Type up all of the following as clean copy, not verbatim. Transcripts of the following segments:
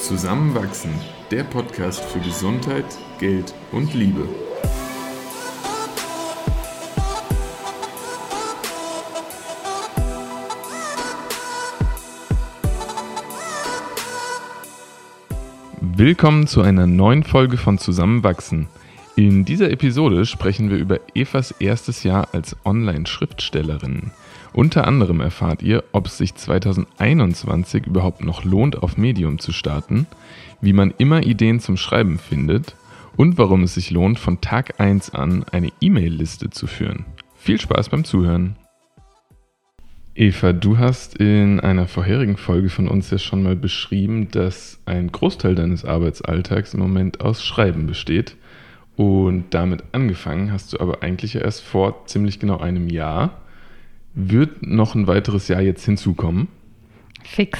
Zusammenwachsen, der Podcast für Gesundheit, Geld und Liebe. Willkommen zu einer neuen Folge von Zusammenwachsen. In dieser Episode sprechen wir über Evas erstes Jahr als Online-Schriftstellerin. Unter anderem erfahrt ihr, ob es sich 2021 überhaupt noch lohnt, auf Medium zu starten, wie man immer Ideen zum Schreiben findet und warum es sich lohnt, von Tag 1 an eine E-Mail-Liste zu führen. Viel Spaß beim Zuhören! Eva, du hast in einer vorherigen Folge von uns ja schon mal beschrieben, dass ein Großteil deines Arbeitsalltags im Moment aus Schreiben besteht. Und damit angefangen hast du aber eigentlich erst vor ziemlich genau einem Jahr. Wird noch ein weiteres Jahr jetzt hinzukommen? Fix.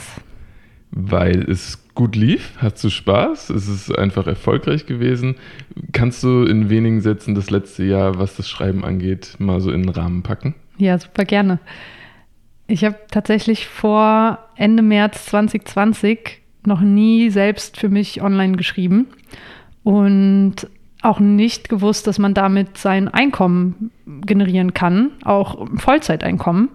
Weil es gut lief? Hattest du Spaß? Ist es einfach erfolgreich gewesen? Kannst du in wenigen Sätzen das letzte Jahr, was das Schreiben angeht, mal so in den Rahmen packen? Ja, super gerne. Ich habe tatsächlich vor Ende März 2020 noch nie selbst für mich online geschrieben und auch nicht gewusst, dass man damit sein Einkommen generieren kann, auch Vollzeiteinkommen.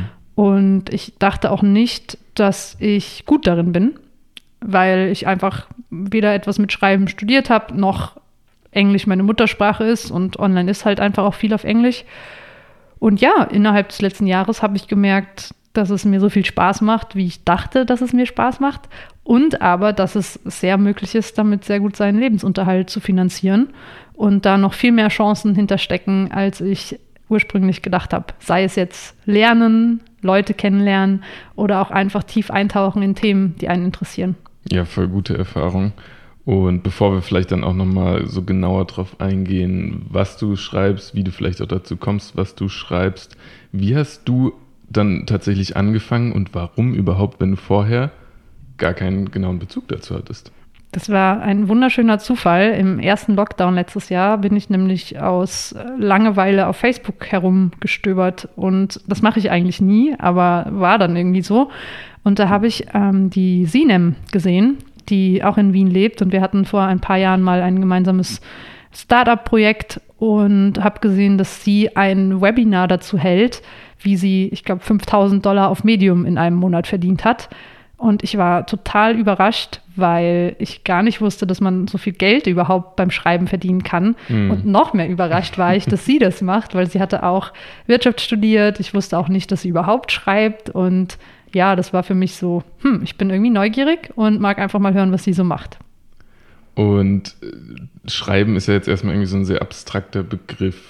Und ich dachte auch nicht, dass ich gut darin bin, weil ich einfach weder etwas mit Schreiben studiert habe, noch Englisch meine Muttersprache ist und online ist halt einfach auch viel auf Englisch. Und ja, innerhalb des letzten Jahres habe ich gemerkt, dass es mir so viel Spaß macht, wie ich dachte, dass es mir Spaß macht. Und aber, dass es sehr möglich ist, damit sehr gut seinen Lebensunterhalt zu finanzieren und da noch viel mehr Chancen hinterstecken, als ich ursprünglich gedacht habe. Sei es jetzt Lernen, Leute kennenlernen oder auch einfach tief eintauchen in Themen, die einen interessieren. Ja, voll gute Erfahrung. Und bevor wir vielleicht dann auch nochmal so genauer drauf eingehen, was du schreibst, wie du vielleicht auch dazu kommst, was du schreibst, wie hast du dann tatsächlich angefangen und warum überhaupt, wenn du vorher gar keinen genauen Bezug dazu hattest? Das war ein wunderschöner Zufall. Im ersten Lockdown letztes Jahr bin ich nämlich aus Langeweile auf Facebook herumgestöbert und das mache ich eigentlich nie, aber war dann irgendwie so. Und da habe ich die Sinem gesehen, die auch in Wien lebt und wir hatten vor ein paar Jahren mal ein gemeinsames Startup-Projekt und habe gesehen, dass sie ein Webinar dazu hält, wie sie, ich glaube, $5.000 auf Medium in einem Monat verdient hat. Und ich war total überrascht, weil ich gar nicht wusste, dass man so viel Geld überhaupt beim Schreiben verdienen kann. Und noch mehr überrascht war ich, dass sie das macht, weil sie hatte auch Wirtschaft studiert. Ich wusste auch nicht, dass sie überhaupt schreibt. Und ja, das war für mich so, ich bin irgendwie neugierig und mag einfach mal hören, was sie so macht. Und Schreiben ist ja jetzt erstmal irgendwie so ein sehr abstrakter Begriff.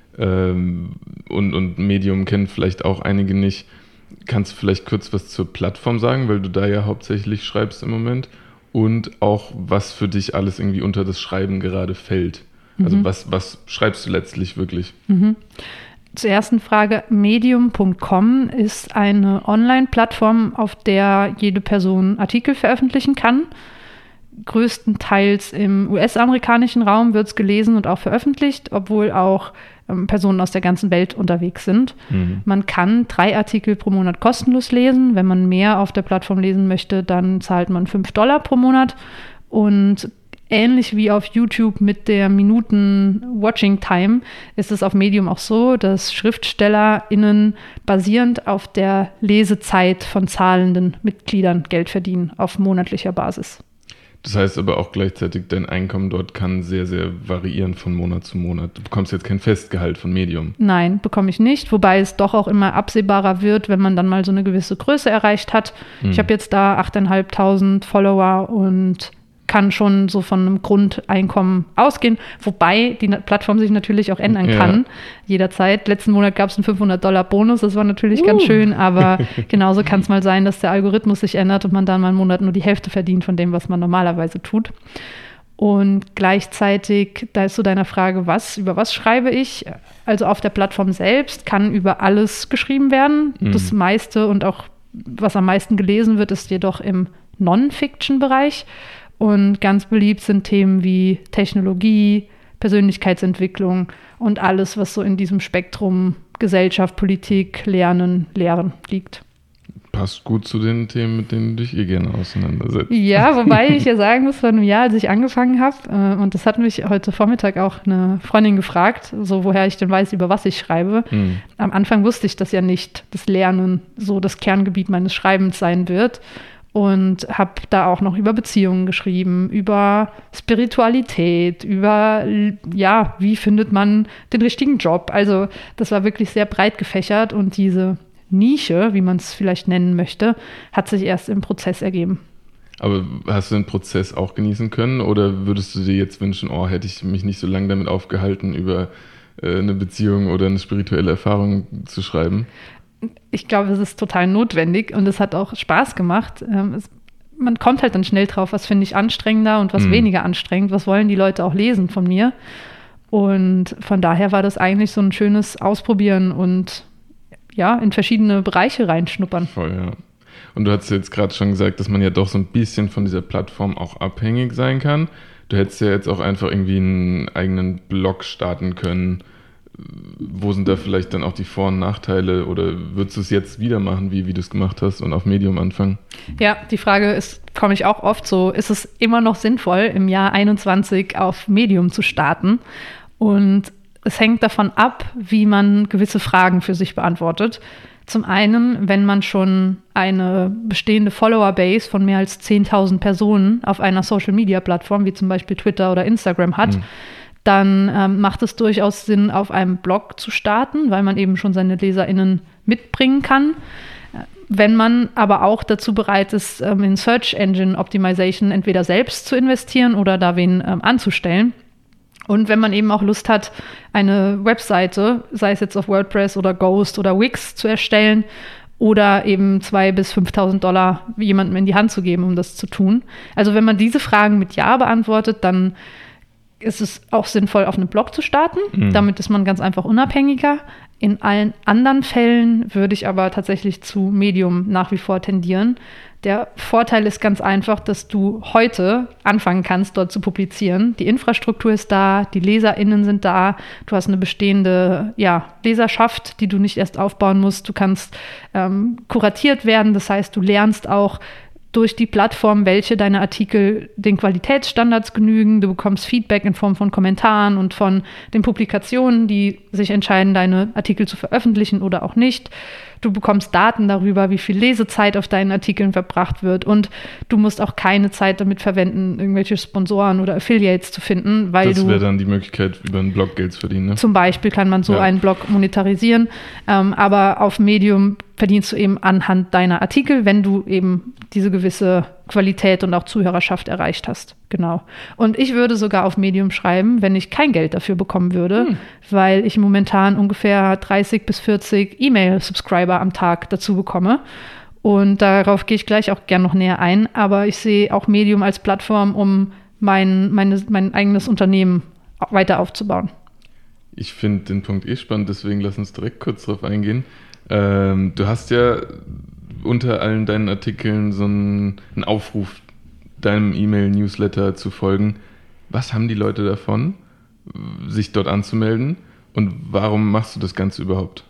Und Medium kennen vielleicht auch einige nicht. Kannst du vielleicht kurz was zur Plattform sagen, weil du da ja hauptsächlich schreibst im Moment? Und auch, was für dich alles irgendwie unter das Schreiben gerade fällt. Also was schreibst du letztlich wirklich? Zur ersten Frage, medium.com ist eine Online-Plattform, auf der jede Person Artikel veröffentlichen kann. Größtenteils im US-amerikanischen Raum wird es gelesen und auch veröffentlicht, obwohl auch Personen aus der ganzen Welt unterwegs sind. Man kann 3 Artikel pro Monat kostenlos lesen. Wenn man mehr auf der Plattform lesen möchte, dann zahlt man $5 pro Monat. Und ähnlich wie auf YouTube mit der Minuten-Watching-Time ist es auf Medium auch so, dass SchriftstellerInnen basierend auf der Lesezeit von zahlenden Mitgliedern Geld verdienen auf monatlicher Basis. Das heißt aber auch gleichzeitig, dein Einkommen dort kann sehr, sehr variieren von Monat zu Monat. Du bekommst jetzt kein Festgehalt von Medium. Nein, bekomme ich nicht, wobei es doch auch immer absehbarer wird, wenn man dann mal so eine gewisse Größe erreicht hat. Ich habe jetzt da 8.500 Follower und kann schon so von einem Grundeinkommen ausgehen, wobei die Plattform sich natürlich auch ändern kann, jederzeit. Letzten Monat gab es einen $500 Bonus, das war natürlich ganz schön, aber genauso kann es mal sein, dass der Algorithmus sich ändert und man dann mal einen Monat nur die Hälfte verdient von dem, was man normalerweise tut. Und gleichzeitig, da ist so deine Frage, über was schreibe ich? Also auf der Plattform selbst kann über alles geschrieben werden. Das meiste und auch was am meisten gelesen wird, ist jedoch im Non-Fiction-Bereich. Und ganz beliebt sind Themen wie Technologie, Persönlichkeitsentwicklung und alles, was so in diesem Spektrum Gesellschaft, Politik, Lernen, Lehren liegt. passt gut zu den Themen, mit denen du dich gerne auseinandersetzt. Ja, wobei ich ja sagen muss, vor einem Jahr, als ich angefangen habe, und das hat mich heute Vormittag auch eine Freundin gefragt, so woher ich denn weiß, über was ich schreibe. Am Anfang wusste ich das ja nicht, dass Lernen so das Kerngebiet meines Schreibens sein wird. Und habe da auch noch über Beziehungen geschrieben, über Spiritualität, über, ja, wie findet man den richtigen Job. Also das war wirklich sehr breit gefächert und diese Nische, wie man es vielleicht nennen möchte, hat sich erst im Prozess ergeben. Aber hast du den Prozess auch genießen können oder würdest du dir jetzt wünschen, hätte ich mich nicht so lange damit aufgehalten, über eine Beziehung oder eine spirituelle Erfahrung zu schreiben? Ich glaube, es ist total notwendig und es hat auch Spaß gemacht. Man kommt halt dann schnell drauf, was finde ich anstrengender und was weniger anstrengend. Was wollen die Leute auch lesen von mir? Und von daher war das eigentlich so ein schönes Ausprobieren und ja, in verschiedene Bereiche reinschnuppern. Voll, ja. Und du hast jetzt gerade schon gesagt, dass man ja doch so ein bisschen von dieser Plattform auch abhängig sein kann. Du hättest ja jetzt auch einfach irgendwie einen eigenen Blog starten können. Wo sind da vielleicht dann auch die Vor- und Nachteile oder würdest du es jetzt wieder machen, wie du es gemacht hast und auf Medium anfangen? Ja, die Frage komme ich auch oft so, ist es immer noch sinnvoll, im Jahr 21 auf Medium zu starten? Und es hängt davon ab, wie man gewisse Fragen für sich beantwortet. Zum einen, wenn man schon eine bestehende Follower-Base von mehr als 10.000 Personen auf einer Social-Media-Plattform, wie zum Beispiel Twitter oder Instagram hat, dann macht es durchaus Sinn, auf einem Blog zu starten, weil man eben schon seine LeserInnen mitbringen kann. Wenn man aber auch dazu bereit ist, in Search Engine Optimization entweder selbst zu investieren oder da wen anzustellen. Und wenn man eben auch Lust hat, eine Webseite, sei es jetzt auf WordPress oder Ghost oder Wix, zu erstellen oder eben $2.000 bis 5.000 jemandem in die Hand zu geben, um das zu tun. Also wenn man diese Fragen mit Ja beantwortet, dann ist es auch sinnvoll, auf einem Blog zu starten. Damit ist man ganz einfach unabhängiger. In allen anderen Fällen würde ich aber tatsächlich zu Medium nach wie vor tendieren. Der Vorteil ist ganz einfach, dass du heute anfangen kannst, dort zu publizieren. Die Infrastruktur ist da, die LeserInnen sind da, du hast eine bestehende Leserschaft, die du nicht erst aufbauen musst. Du kannst kuratiert werden, das heißt, du lernst auch durch die Plattform, welche deine Artikel den Qualitätsstandards genügen. Du bekommst Feedback in Form von Kommentaren und von den Publikationen, die sich entscheiden, deine Artikel zu veröffentlichen oder auch nicht. Du bekommst Daten darüber, wie viel Lesezeit auf deinen Artikeln verbracht wird und du musst auch keine Zeit damit verwenden, irgendwelche Sponsoren oder Affiliates zu finden, weil das wäre dann die Möglichkeit, über einen Blog Geld zu verdienen, ne? Zum Beispiel kann man so einen Blog monetarisieren, aber auf Medium verdienst du eben anhand deiner Artikel, wenn du eben diese gewisse Qualität und auch Zuhörerschaft erreicht hast. Genau. Und ich würde sogar auf Medium schreiben, wenn ich kein Geld dafür bekommen würde, weil ich momentan ungefähr 30 bis 40 E-Mail-Subscriber am Tag dazu bekomme. Und darauf gehe ich gleich auch gern noch näher ein. Aber ich sehe auch Medium als Plattform, um mein eigenes Unternehmen weiter aufzubauen. Ich finde den Punkt spannend, deswegen lass uns direkt kurz drauf eingehen. Du hast ja unter allen deinen Artikeln so einen Aufruf, deinem E-Mail-Newsletter zu folgen. Was haben die Leute davon, sich dort anzumelden? Und warum machst du das Ganze überhaupt?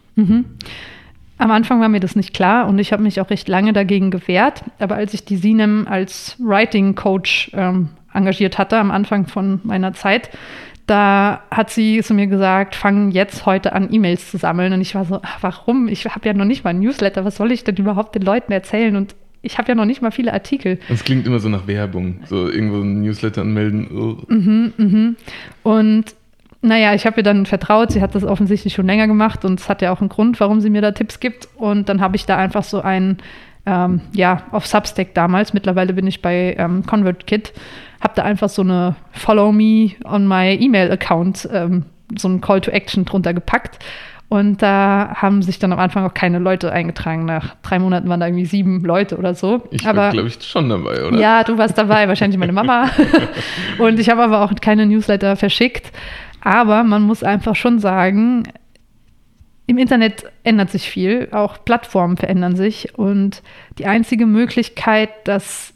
Am Anfang war mir das nicht klar und ich habe mich auch recht lange dagegen gewehrt. Aber als ich die Sinem als Writing-Coach engagiert hatte, am Anfang von meiner Zeit, da hat sie zu mir gesagt, fang jetzt heute an, E-Mails zu sammeln. Und ich war so, warum? Ich habe ja noch nicht mal ein Newsletter. Was soll ich denn überhaupt den Leuten erzählen? Und ich habe ja noch nicht mal viele Artikel. Das klingt immer so nach Werbung. So irgendwo ein Newsletter anmelden. Und naja, ich habe ihr dann vertraut. Sie hat das offensichtlich schon länger gemacht. Und es hat ja auch einen Grund, warum sie mir da Tipps gibt. Und dann habe ich da einfach so einen, auf Substack damals. Mittlerweile bin ich bei ConvertKit. Habe da einfach so eine Follow me on my E-Mail-Account, so ein Call to Action drunter gepackt. Und da haben sich dann am Anfang auch keine Leute eingetragen. Nach 3 Monaten waren da irgendwie 7 Leute oder so. Ich war, glaube ich, schon dabei, oder? Ja, du warst dabei, wahrscheinlich meine Mama. Und ich habe aber auch keine Newsletter verschickt. Aber man muss einfach schon sagen, im Internet ändert sich viel, auch Plattformen verändern sich. Und die einzige Möglichkeit, dass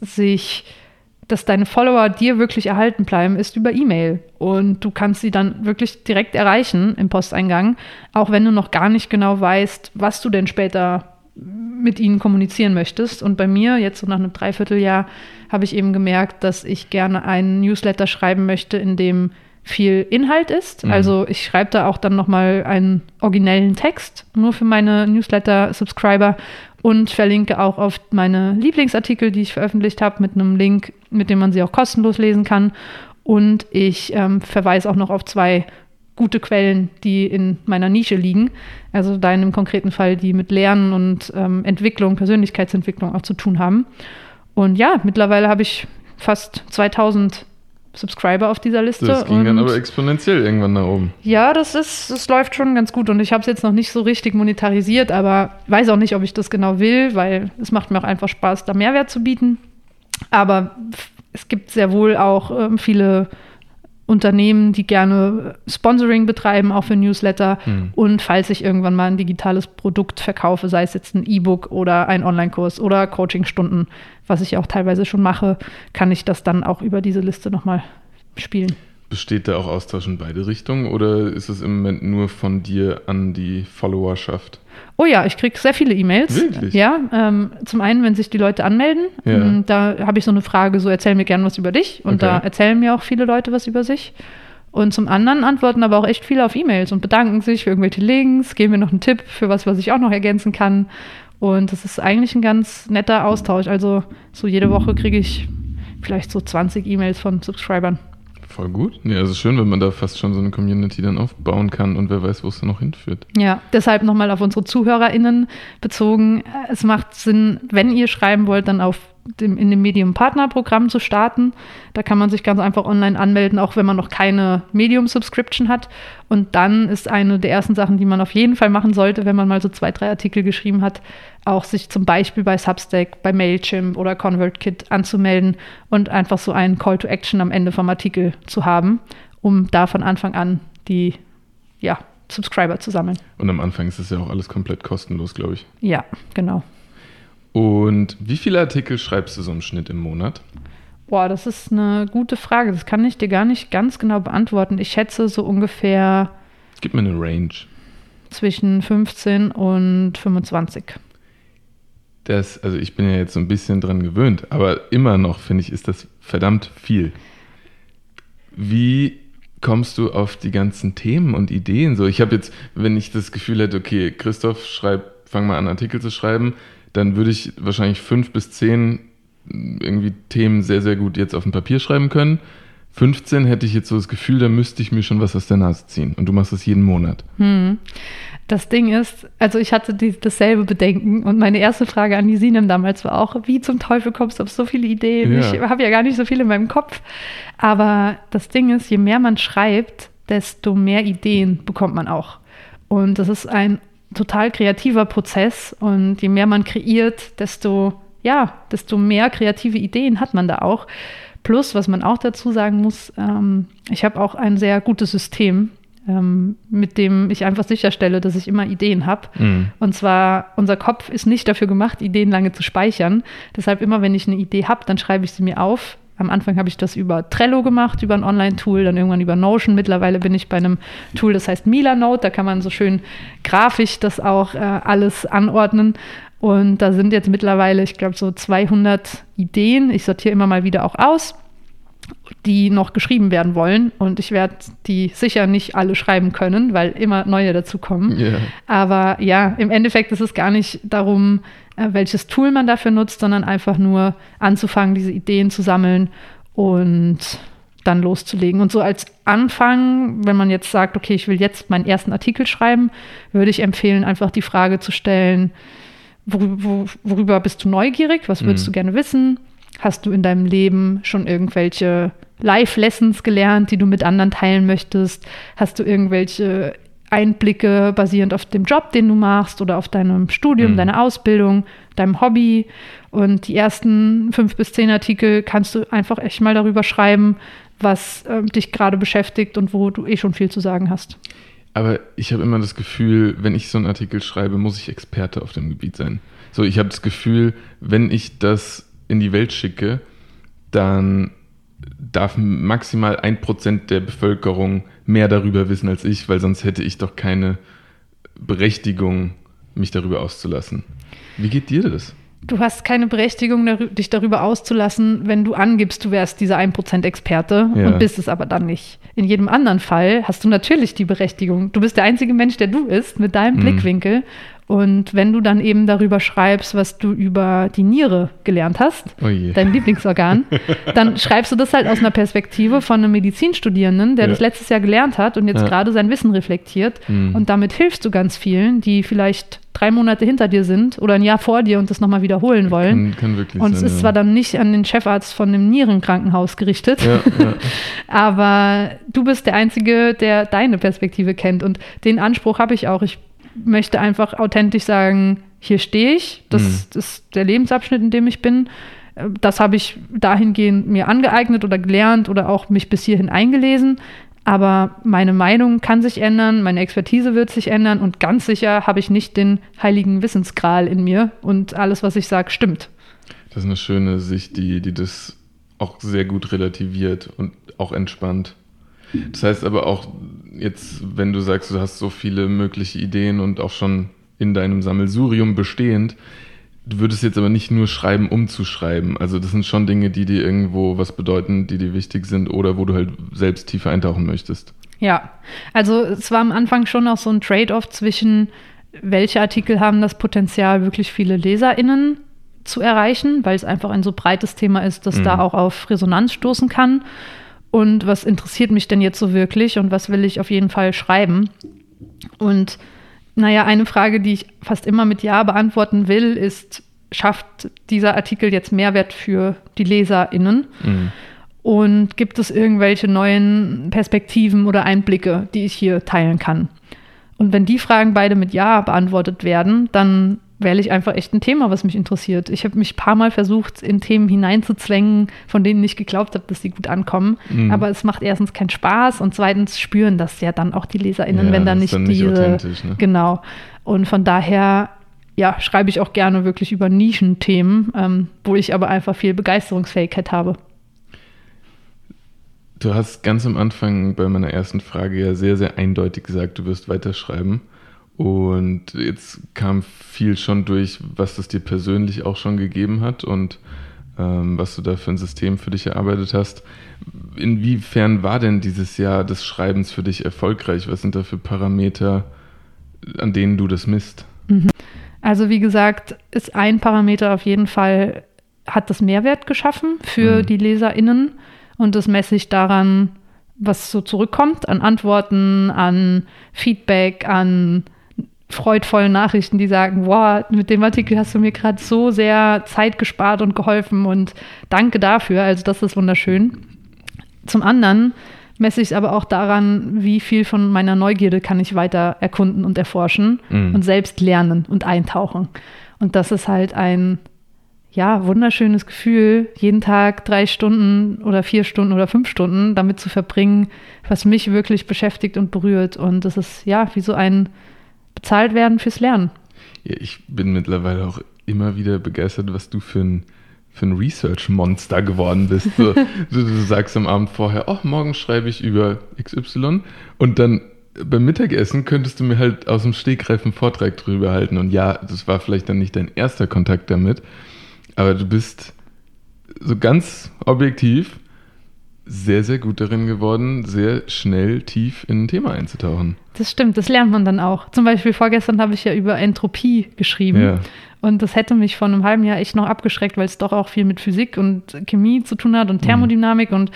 deine Follower dir wirklich erhalten bleiben, ist über E-Mail. Und du kannst sie dann wirklich direkt erreichen im Posteingang, auch wenn du noch gar nicht genau weißt, was du denn später mit ihnen kommunizieren möchtest. Und bei mir, jetzt so nach einem Dreivierteljahr, habe ich eben gemerkt, dass ich gerne einen Newsletter schreiben möchte, in dem viel Inhalt ist. Also ich schreibe da auch dann nochmal einen originellen Text, nur für meine Newsletter-Subscriber und verlinke auch auf meine Lieblingsartikel, die ich veröffentlicht habe, mit einem Link, mit dem man sie auch kostenlos lesen kann. Und ich verweise auch noch auf 2 gute Quellen, die in meiner Nische liegen. Also da in dem konkreten Fall, die mit Lernen und Entwicklung, Persönlichkeitsentwicklung auch zu tun haben. Und ja, mittlerweile habe ich fast 2000 Subscriber auf dieser Liste. Das ging dann aber exponentiell irgendwann nach oben. Ja, das läuft schon ganz gut und ich habe es jetzt noch nicht so richtig monetarisiert, aber weiß auch nicht, ob ich das genau will, weil es macht mir auch einfach Spaß, da Mehrwert zu bieten. Aber es gibt sehr wohl auch viele Unternehmen, die gerne Sponsoring betreiben, auch für Newsletter. Und falls ich irgendwann mal ein digitales Produkt verkaufe, sei es jetzt ein E-Book oder ein Online-Kurs oder Coachingstunden, was ich auch teilweise schon mache, kann ich das dann auch über diese Liste nochmal spielen. Besteht da auch Austausch in beide Richtungen oder ist es im Moment nur von dir an die Followerschaft? Oh ja, ich kriege sehr viele E-Mails. Wirklich? Ja, zum einen, wenn sich die Leute anmelden, da habe ich so eine Frage, so erzähl mir gern was über dich und da erzählen mir auch viele Leute was über sich. Und zum anderen antworten aber auch echt viele auf E-Mails und bedanken sich für irgendwelche Links, geben mir noch einen Tipp für was ich auch noch ergänzen kann. Und das ist eigentlich ein ganz netter Austausch. Also so jede Woche kriege ich vielleicht so 20 E-Mails von Subscribern. Voll gut. Ja, also schön, wenn man da fast schon so eine Community dann aufbauen kann und wer weiß, wo es dann noch hinführt. Ja, deshalb nochmal auf unsere ZuhörerInnen bezogen. Es macht Sinn, wenn ihr schreiben wollt, dann in dem Medium-Partner-Programm zu starten. Da kann man sich ganz einfach online anmelden, auch wenn man noch keine Medium-Subscription hat. Und dann ist eine der ersten Sachen, die man auf jeden Fall machen sollte, wenn man mal so 2, 3 Artikel geschrieben hat, auch sich zum Beispiel bei Substack, bei Mailchimp oder ConvertKit anzumelden und einfach so einen Call to Action am Ende vom Artikel zu haben, um da von Anfang an die Subscriber zu sammeln. Und am Anfang ist es ja auch alles komplett kostenlos, glaube ich. Ja, genau. Und wie viele Artikel schreibst du so im Schnitt im Monat? Boah, das ist eine gute Frage. Das kann ich dir gar nicht ganz genau beantworten. Ich schätze so ungefähr... Gib mir eine Range. Zwischen 15 und 25. Also ich bin ja jetzt so ein bisschen dran gewöhnt, aber immer noch, finde ich, ist das verdammt viel. Wie kommst du auf die ganzen Themen und Ideen? So, ich habe jetzt, wenn ich das Gefühl hätte, okay, Christoph, fang mal an, Artikel zu schreiben, dann würde ich wahrscheinlich 5 bis 10 irgendwie Themen sehr, sehr gut jetzt auf dem Papier schreiben können. 15 hätte ich jetzt so das Gefühl, da müsste ich mir schon was aus der Nase ziehen. Und du machst das jeden Monat. Das Ding ist, also ich hatte dasselbe Bedenken und meine erste Frage an die Sinem damals war auch, wie zum Teufel kommst du auf so viele Ideen? Ja. Ich habe ja gar nicht so viel in meinem Kopf. Aber das Ding ist, je mehr man schreibt, desto mehr Ideen bekommt man auch. Und das ist ein total kreativer Prozess und je mehr man kreiert, desto mehr kreative Ideen hat man da auch. Plus, was man auch dazu sagen muss, ich habe auch ein sehr gutes System, mit dem ich einfach sicherstelle, dass ich immer Ideen habe. Und zwar, unser Kopf ist nicht dafür gemacht, Ideen lange zu speichern. Deshalb immer, wenn ich eine Idee habe, dann schreibe ich sie mir auf. Am Anfang habe ich das über Trello gemacht, über ein Online-Tool, dann irgendwann über Notion. Mittlerweile bin ich bei einem Tool, das heißt Milanote. Da kann man so schön grafisch das auch alles anordnen. Und da sind jetzt mittlerweile, ich glaube, so 200 Ideen. Ich sortiere immer mal wieder auch aus, die noch geschrieben werden wollen. Und ich werde die sicher nicht alle schreiben können, weil immer neue dazukommen. Yeah. Aber ja, im Endeffekt ist es gar nicht darum, welches Tool man dafür nutzt, sondern einfach nur anzufangen, diese Ideen zu sammeln und dann loszulegen. Und so als Anfang, wenn man jetzt sagt, okay, ich will jetzt meinen ersten Artikel schreiben, würde ich empfehlen, einfach die Frage zu stellen, worüber bist du neugierig? Was würdest du gerne wissen? Hast du in deinem Leben schon irgendwelche Life-Lessons gelernt, die du mit anderen teilen möchtest? Hast du irgendwelche Einblicke basierend auf dem Job, den du machst oder auf deinem Studium, deiner Ausbildung, deinem Hobby? Und die ersten 5 bis 10 Artikel kannst du einfach echt mal darüber schreiben, was dich gerade beschäftigt und wo du schon viel zu sagen hast. Aber ich habe immer das Gefühl, wenn ich so einen Artikel schreibe, muss ich Experte auf dem Gebiet sein. So, ich habe das Gefühl, wenn ich das in die Welt schicke, dann darf maximal 1% der Bevölkerung mehr darüber wissen als ich, weil sonst hätte ich doch keine Berechtigung, mich darüber auszulassen. Wie geht dir das? Du hast keine Berechtigung, dich darüber auszulassen, wenn du angibst, du wärst dieser 1%-Experte und bist es aber dann nicht. In jedem anderen Fall hast du natürlich die Berechtigung. Du bist der einzige Mensch, der du bist, mit deinem Blickwinkel. Und wenn du dann eben darüber schreibst, was du über die Niere gelernt hast, dein Lieblingsorgan, dann schreibst du das halt aus einer Perspektive von einem Medizinstudierenden, der das letztes Jahr gelernt hat und jetzt gerade sein Wissen reflektiert. Und damit hilfst du ganz vielen, die vielleicht 3 Monate hinter dir sind oder ein Jahr vor dir und das nochmal wiederholen wollen. Kann wirklich und sein, es ist zwar dann nicht an den Chefarzt von einem Nierenkrankenhaus gerichtet, aber du bist der Einzige, der deine Perspektive kennt. Und den Anspruch habe ich auch. Ich möchte einfach authentisch sagen, hier stehe ich, das ist der Lebensabschnitt, in dem ich bin. Das habe ich dahingehend mir angeeignet oder gelernt oder auch mich bis hierhin eingelesen. Aber meine Meinung kann sich ändern, meine Expertise wird sich ändern und ganz sicher habe ich nicht den heiligen Wissensgral in mir und alles, was ich sage, stimmt. Das ist eine schöne Sicht, die das auch sehr gut relativiert und auch entspannt. Das heißt aber auch jetzt, wenn du sagst, du hast so viele mögliche Ideen und auch schon in deinem Sammelsurium bestehend, du würdest jetzt aber nicht nur schreiben, um zu schreiben. Also das sind schon Dinge, die dir irgendwo was bedeuten, die dir wichtig sind oder wo du halt selbst tiefer eintauchen möchtest. Ja, also es war am Anfang schon auch so ein Trade-off zwischen, welche Artikel haben das Potenzial, wirklich viele LeserInnen zu erreichen, weil es einfach ein so breites Thema ist, dass da auch auf Resonanz stoßen kann. Und was interessiert mich denn jetzt so wirklich und was will ich auf jeden Fall schreiben? Und naja, eine Frage, die ich fast immer mit Ja beantworten will, ist, schafft dieser Artikel jetzt Mehrwert für die LeserInnen? Und gibt es irgendwelche neuen Perspektiven oder Einblicke, die ich hier teilen kann? Und wenn die Fragen beide mit Ja beantwortet werden, dann wähle ich einfach echt ein Thema, was mich interessiert. Ich habe mich ein paar Mal versucht, in Themen hineinzuzwängen, von denen ich geglaubt habe, dass sie gut ankommen. Aber es macht erstens keinen Spaß und zweitens spüren das ja dann auch die LeserInnen, wenn da nicht authentisch, ne? Genau. Und von daher, ja, schreibe ich auch gerne wirklich über Nischenthemen, wo ich aber einfach viel Begeisterungsfähigkeit habe. Du hast ganz am Anfang bei meiner ersten Frage ja sehr, sehr eindeutig gesagt, du wirst weiterschreiben. Und jetzt kam viel schon durch, was das dir persönlich auch schon gegeben hat und was du da für ein System für dich erarbeitet hast. Inwiefern war denn dieses Jahr des Schreibens für dich erfolgreich? Was sind da für Parameter, an denen du das misst? Also wie gesagt, ist ein Parameter auf jeden Fall, hat das Mehrwert geschaffen für die LeserInnen. Und das messe ich daran, was so zurückkommt an Antworten, an Feedback, an freudvollen Nachrichten, die sagen, wow, mit dem Artikel hast du mir gerade so sehr Zeit gespart und geholfen und danke dafür. Also das ist wunderschön. Zum anderen messe ich es aber auch daran, wie viel von meiner Neugierde kann ich weiter erkunden und erforschen und selbst lernen und eintauchen. Und das ist halt ein wunderschönes Gefühl, jeden Tag 3 Stunden oder 4 Stunden oder 5 Stunden damit zu verbringen, was mich wirklich beschäftigt und berührt. Und das ist wie so ein bezahlt werden fürs Lernen. Ja, ich bin mittlerweile auch immer wieder begeistert, was du für ein Research-Monster geworden bist. So, du sagst am Abend vorher, morgen schreibe ich über XY und dann beim Mittagessen könntest du mir halt aus dem Stegreif einen Vortrag drüber halten. Und ja, das war vielleicht dann nicht dein erster Kontakt damit, aber du bist so ganz objektiv sehr, sehr gut darin geworden, sehr schnell tief in ein Thema einzutauchen. Das stimmt, das lernt man dann auch. Zum Beispiel vorgestern habe ich ja über Entropie geschrieben. Ja. Und das hätte mich vor einem halben Jahr echt noch abgeschreckt, weil es doch auch viel mit Physik und Chemie zu tun hat und Thermodynamik und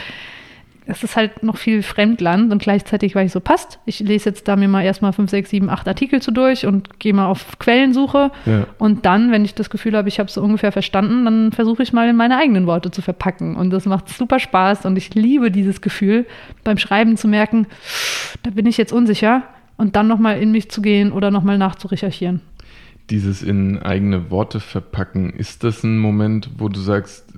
es ist halt noch viel Fremdland und gleichzeitig war ich so, passt, ich lese jetzt da mir mal erstmal 5, 6, 7, 8 Artikel zu durch und gehe mal auf Quellensuche und dann, wenn ich das Gefühl habe, ich habe es so ungefähr verstanden, dann versuche ich mal in meine eigenen Worte zu verpacken und das macht super Spaß und ich liebe dieses Gefühl, beim Schreiben zu merken, da bin ich jetzt unsicher und dann nochmal in mich zu gehen oder nochmal nachzurecherchieren. Dieses in eigene Worte verpacken, ist das ein Moment, wo du sagst,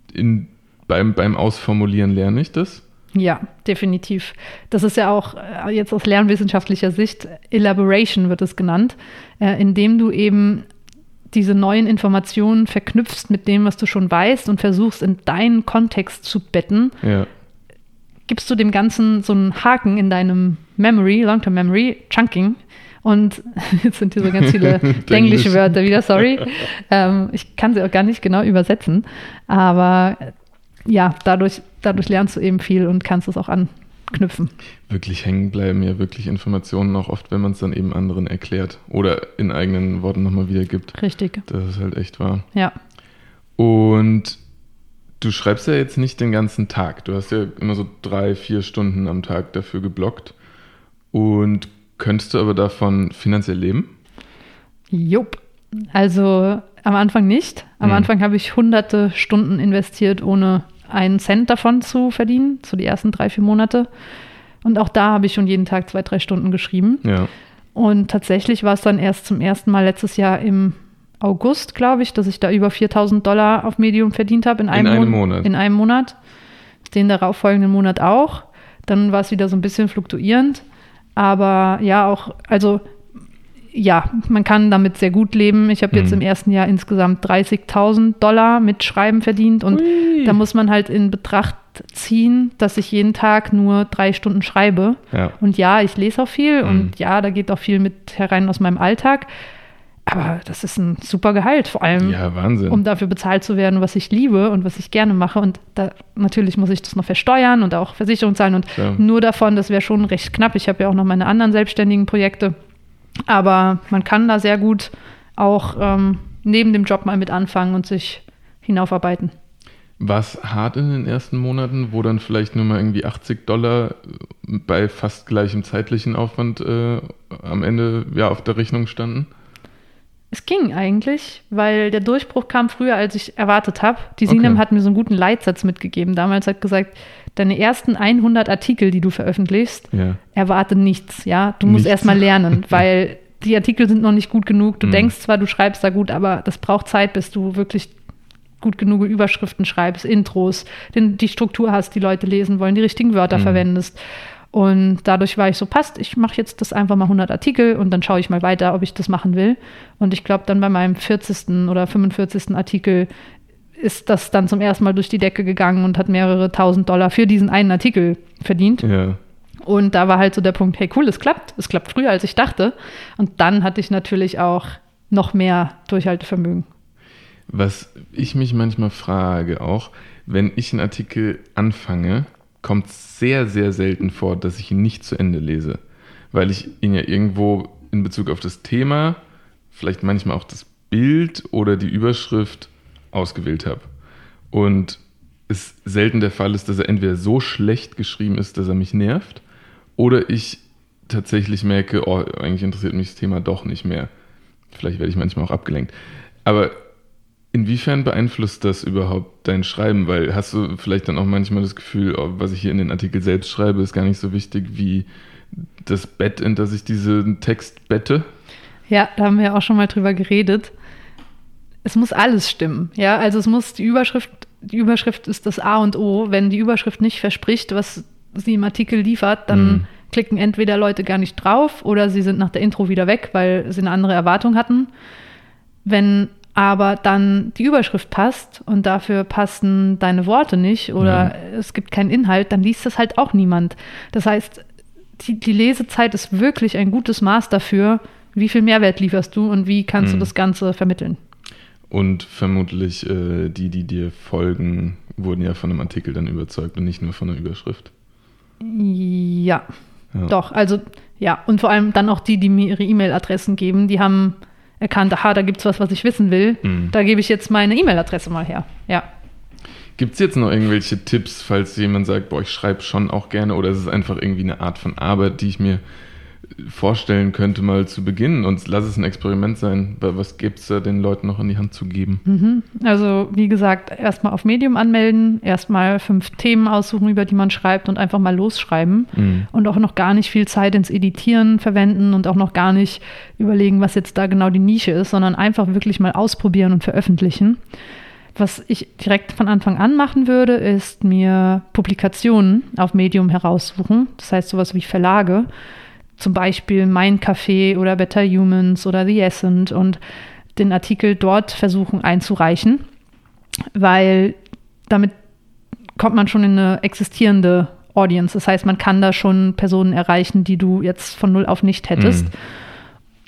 beim Ausformulieren lerne ich das? Ja, definitiv. Das ist ja auch jetzt aus lernwissenschaftlicher Sicht, Elaboration wird es genannt, indem du eben diese neuen Informationen verknüpfst mit dem, was du schon weißt und versuchst, in deinen Kontext zu betten, gibst du dem Ganzen so einen Haken in deinem Memory, Long-Term Memory, Chunking, Und jetzt sind hier so ganz viele englische Wörter wieder, sorry. Ich kann sie auch gar nicht genau übersetzen. Aber ja, dadurch lernst du eben viel und kannst es auch anknüpfen. Wirklich hängen bleiben ja wirklich Informationen auch oft, wenn man es dann eben anderen erklärt oder in eigenen Worten nochmal wiedergibt. Richtig. Das ist halt echt wahr. Ja. Und du schreibst ja jetzt nicht den ganzen Tag. Du hast ja immer so 3-4 Stunden am Tag dafür geblockt. Und könntest du aber davon finanziell leben? Jupp. Also am Anfang nicht. Am Anfang habe ich hunderte Stunden investiert, ohne einen Cent davon zu verdienen, so die ersten 3-4 Monate. Und auch da habe ich schon jeden Tag 2-3 Stunden geschrieben. Ja. Und tatsächlich war es dann erst zum ersten Mal letztes Jahr im August, glaube ich, dass ich da über $4.000 auf Medium verdient habe in einem Monat. In einem Monat. Den darauffolgenden Monat auch. Dann war es wieder so ein bisschen fluktuierend. Aber ja, auch, also ja, man kann damit sehr gut leben. Ich habe jetzt im ersten Jahr insgesamt $30.000 mit Schreiben verdient. Und da muss man halt in Betracht ziehen, dass ich jeden Tag nur 3 Stunden schreibe. Ja. Und ja, ich lese auch viel und ja, da geht auch viel mit herein aus meinem Alltag. Aber das ist ein super Gehalt, vor allem, um dafür bezahlt zu werden, was ich liebe und was ich gerne mache. Und da natürlich muss ich das noch versteuern und auch Versicherung zahlen. Und nur davon, das wäre schon recht knapp. Ich habe ja auch noch meine anderen selbstständigen Projekte. Aber man kann da sehr gut auch neben dem Job mal mit anfangen und sich hinaufarbeiten. War es hart in den ersten Monaten, wo dann vielleicht nur mal irgendwie $80 bei fast gleichem zeitlichen Aufwand am Ende auf der Rechnung standen? Es ging eigentlich, weil der Durchbruch kam früher, als ich erwartet habe. Die Sinem hat mir so einen guten Leitsatz mitgegeben. Damals hat gesagt, deine ersten 100 Artikel, die du veröffentlichst, erwarte nichts. Ja, du musst erst mal lernen, weil die Artikel sind noch nicht gut genug. Du denkst zwar, du schreibst da gut, aber das braucht Zeit, bis du wirklich gut genug Überschriften schreibst, Intros, die Struktur hast, die Leute lesen wollen, die richtigen Wörter verwendest. Und dadurch war ich so, passt, ich mache jetzt das einfach mal 100 Artikel und dann schaue ich mal weiter, ob ich das machen will. Und ich glaube, dann bei meinem 40. oder 45. Artikel ist das dann zum ersten Mal durch die Decke gegangen und hat mehrere $1.000 für diesen einen Artikel verdient. Ja. Und da war halt so der Punkt, hey cool, es klappt früher, als ich dachte. Und dann hatte ich natürlich auch noch mehr Durchhaltevermögen. Was ich mich manchmal frage auch, wenn ich einen Artikel anfange, kommt sehr, sehr selten vor, dass ich ihn nicht zu Ende lese, weil ich ihn ja irgendwo in Bezug auf das Thema, vielleicht manchmal auch das Bild oder die Überschrift ausgewählt habe. Und es selten der Fall ist, dass er entweder so schlecht geschrieben ist, dass er mich nervt, oder ich tatsächlich merke, oh, eigentlich interessiert mich das Thema doch nicht mehr. Vielleicht werde ich manchmal auch abgelenkt. Aber inwiefern beeinflusst das überhaupt dein Schreiben? Weil hast du vielleicht dann auch manchmal das Gefühl, oh, was ich hier in den Artikel selbst schreibe, ist gar nicht so wichtig wie das Bett, in das ich diesen Text bette? Ja, da haben wir auch schon mal drüber geredet. Es muss alles stimmen. Ja, also es muss die Überschrift ist das A und O. Wenn die Überschrift nicht verspricht, was sie im Artikel liefert, dann klicken entweder Leute gar nicht drauf oder sie sind nach der Intro wieder weg, weil sie eine andere Erwartung hatten. Wenn aber dann die Überschrift passt und dafür passen deine Worte nicht oder es gibt keinen Inhalt, dann liest das halt auch niemand. Das heißt, die Lesezeit ist wirklich ein gutes Maß dafür, wie viel Mehrwert lieferst du und wie kannst du das Ganze vermitteln. Und vermutlich die dir folgen, wurden ja von einem Artikel dann überzeugt und nicht nur von der Überschrift. Ja, doch. Also ja, und vor allem dann auch die mir ihre E-Mail-Adressen geben, die haben erkannt, aha, da gibt es was ich wissen will. Da gebe ich jetzt meine E-Mail-Adresse mal her. Ja. Gibt es jetzt noch irgendwelche Tipps, falls jemand sagt, boah, ich schreibe schon auch gerne, oder ist es einfach irgendwie eine Art von Arbeit, die ich mir vorstellen könnte, mal zu beginnen, und lass es ein Experiment sein. Was gibt es da den Leuten noch in die Hand zu geben? Also wie gesagt, erstmal auf Medium anmelden, erstmal 5 Themen aussuchen, über die man schreibt und einfach mal losschreiben und auch noch gar nicht viel Zeit ins Editieren verwenden und auch noch gar nicht überlegen, was jetzt da genau die Nische ist, sondern einfach wirklich mal ausprobieren und veröffentlichen. Was ich direkt von Anfang an machen würde, ist mir Publikationen auf Medium heraussuchen, das heißt sowas wie Verlage, zum Beispiel Mein Café oder Better Humans oder The Essence, und den Artikel dort versuchen einzureichen, weil damit kommt man schon in eine existierende Audience. Das heißt, man kann da schon Personen erreichen, die du jetzt von null auf nicht hättest.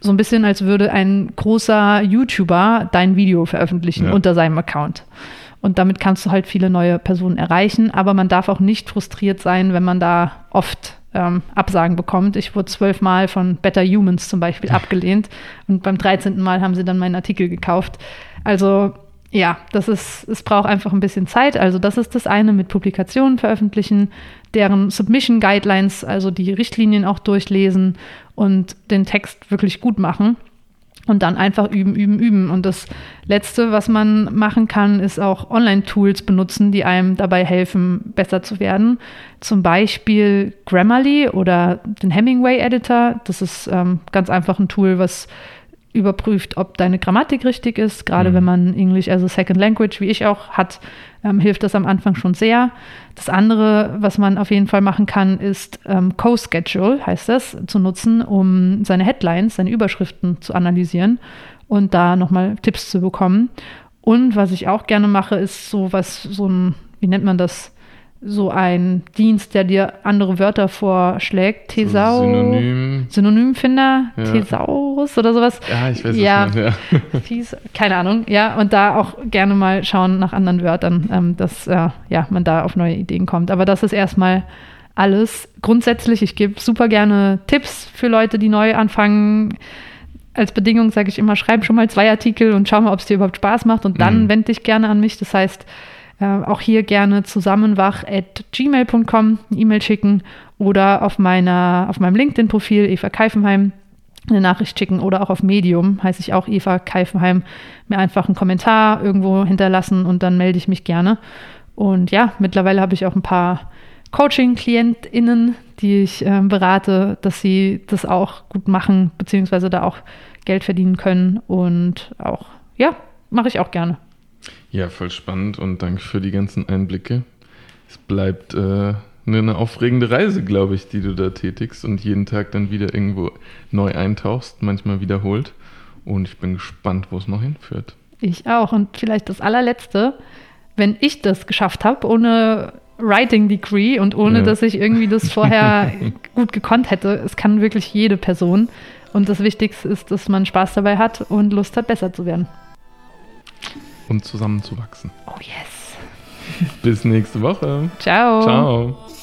so ein bisschen, als würde ein großer YouTuber dein Video veröffentlichen unter seinem Account. Und damit kannst du halt viele neue Personen erreichen, aber man darf auch nicht frustriert sein, wenn man da oft Absagen bekommt. Ich wurde 12 Mal von Better Humans zum Beispiel abgelehnt und beim 13. Mal haben sie dann meinen Artikel gekauft. Also ja, es braucht einfach ein bisschen Zeit. Also das ist das eine, mit Publikationen veröffentlichen, deren Submission Guidelines, also die Richtlinien auch durchlesen und den Text wirklich gut machen. Und dann einfach üben. Und das Letzte, was man machen kann, ist auch Online-Tools benutzen, die einem dabei helfen, besser zu werden. Zum Beispiel Grammarly oder den Hemingway-Editor. Das ist ganz einfach ein Tool, was überprüft, ob deine Grammatik richtig ist. Gerade wenn man Englisch as a Second Language, wie ich auch, hat, hilft das am Anfang schon sehr. Das andere, was man auf jeden Fall machen kann, ist CoSchedule, heißt das, zu nutzen, um seine Headlines, seine Überschriften zu analysieren und da nochmal Tipps zu bekommen. Und was ich auch gerne mache, ist wie nennt man das? So ein Dienst, der dir andere Wörter vorschlägt. Synonymfinder, Thesaurus oder sowas. Ja, ich weiß es nicht. Keine Ahnung. Ja, und da auch gerne mal schauen nach anderen Wörtern, dass man da auf neue Ideen kommt. Aber das ist erstmal alles. Grundsätzlich, ich gebe super gerne Tipps für Leute, die neu anfangen. Als Bedingung sage ich immer, schreib schon mal 2 Artikel und schau mal, ob es dir überhaupt Spaß macht. Und dann wende dich gerne an mich. Das heißt, auch hier gerne zusammenwach@gmail.com eine E-Mail schicken oder auf meinem LinkedIn-Profil Eva Keifenheim eine Nachricht schicken oder auch auf Medium, heiße ich auch Eva Keifenheim, mir einfach einen Kommentar irgendwo hinterlassen und dann melde ich mich gerne. Und ja, mittlerweile habe ich auch ein paar Coaching-KlientInnen, die ich berate, dass sie das auch gut machen, beziehungsweise da auch Geld verdienen können und auch, mache ich auch gerne. Ja, voll spannend und danke für die ganzen Einblicke. Es bleibt eine aufregende Reise, glaube ich, die du da tätigst und jeden Tag dann wieder irgendwo neu eintauchst, manchmal wiederholt. Und ich bin gespannt, wo es noch hinführt. Ich auch. Und vielleicht das allerletzte, wenn ich das geschafft habe, ohne Writing Degree und ohne, dass ich irgendwie das vorher gut gekonnt hätte, es kann wirklich jede Person. Und das Wichtigste ist, dass man Spaß dabei hat und Lust hat, besser zu werden. Und zusammenzuwachsen. Oh yes. Bis nächste Woche. Ciao. Ciao.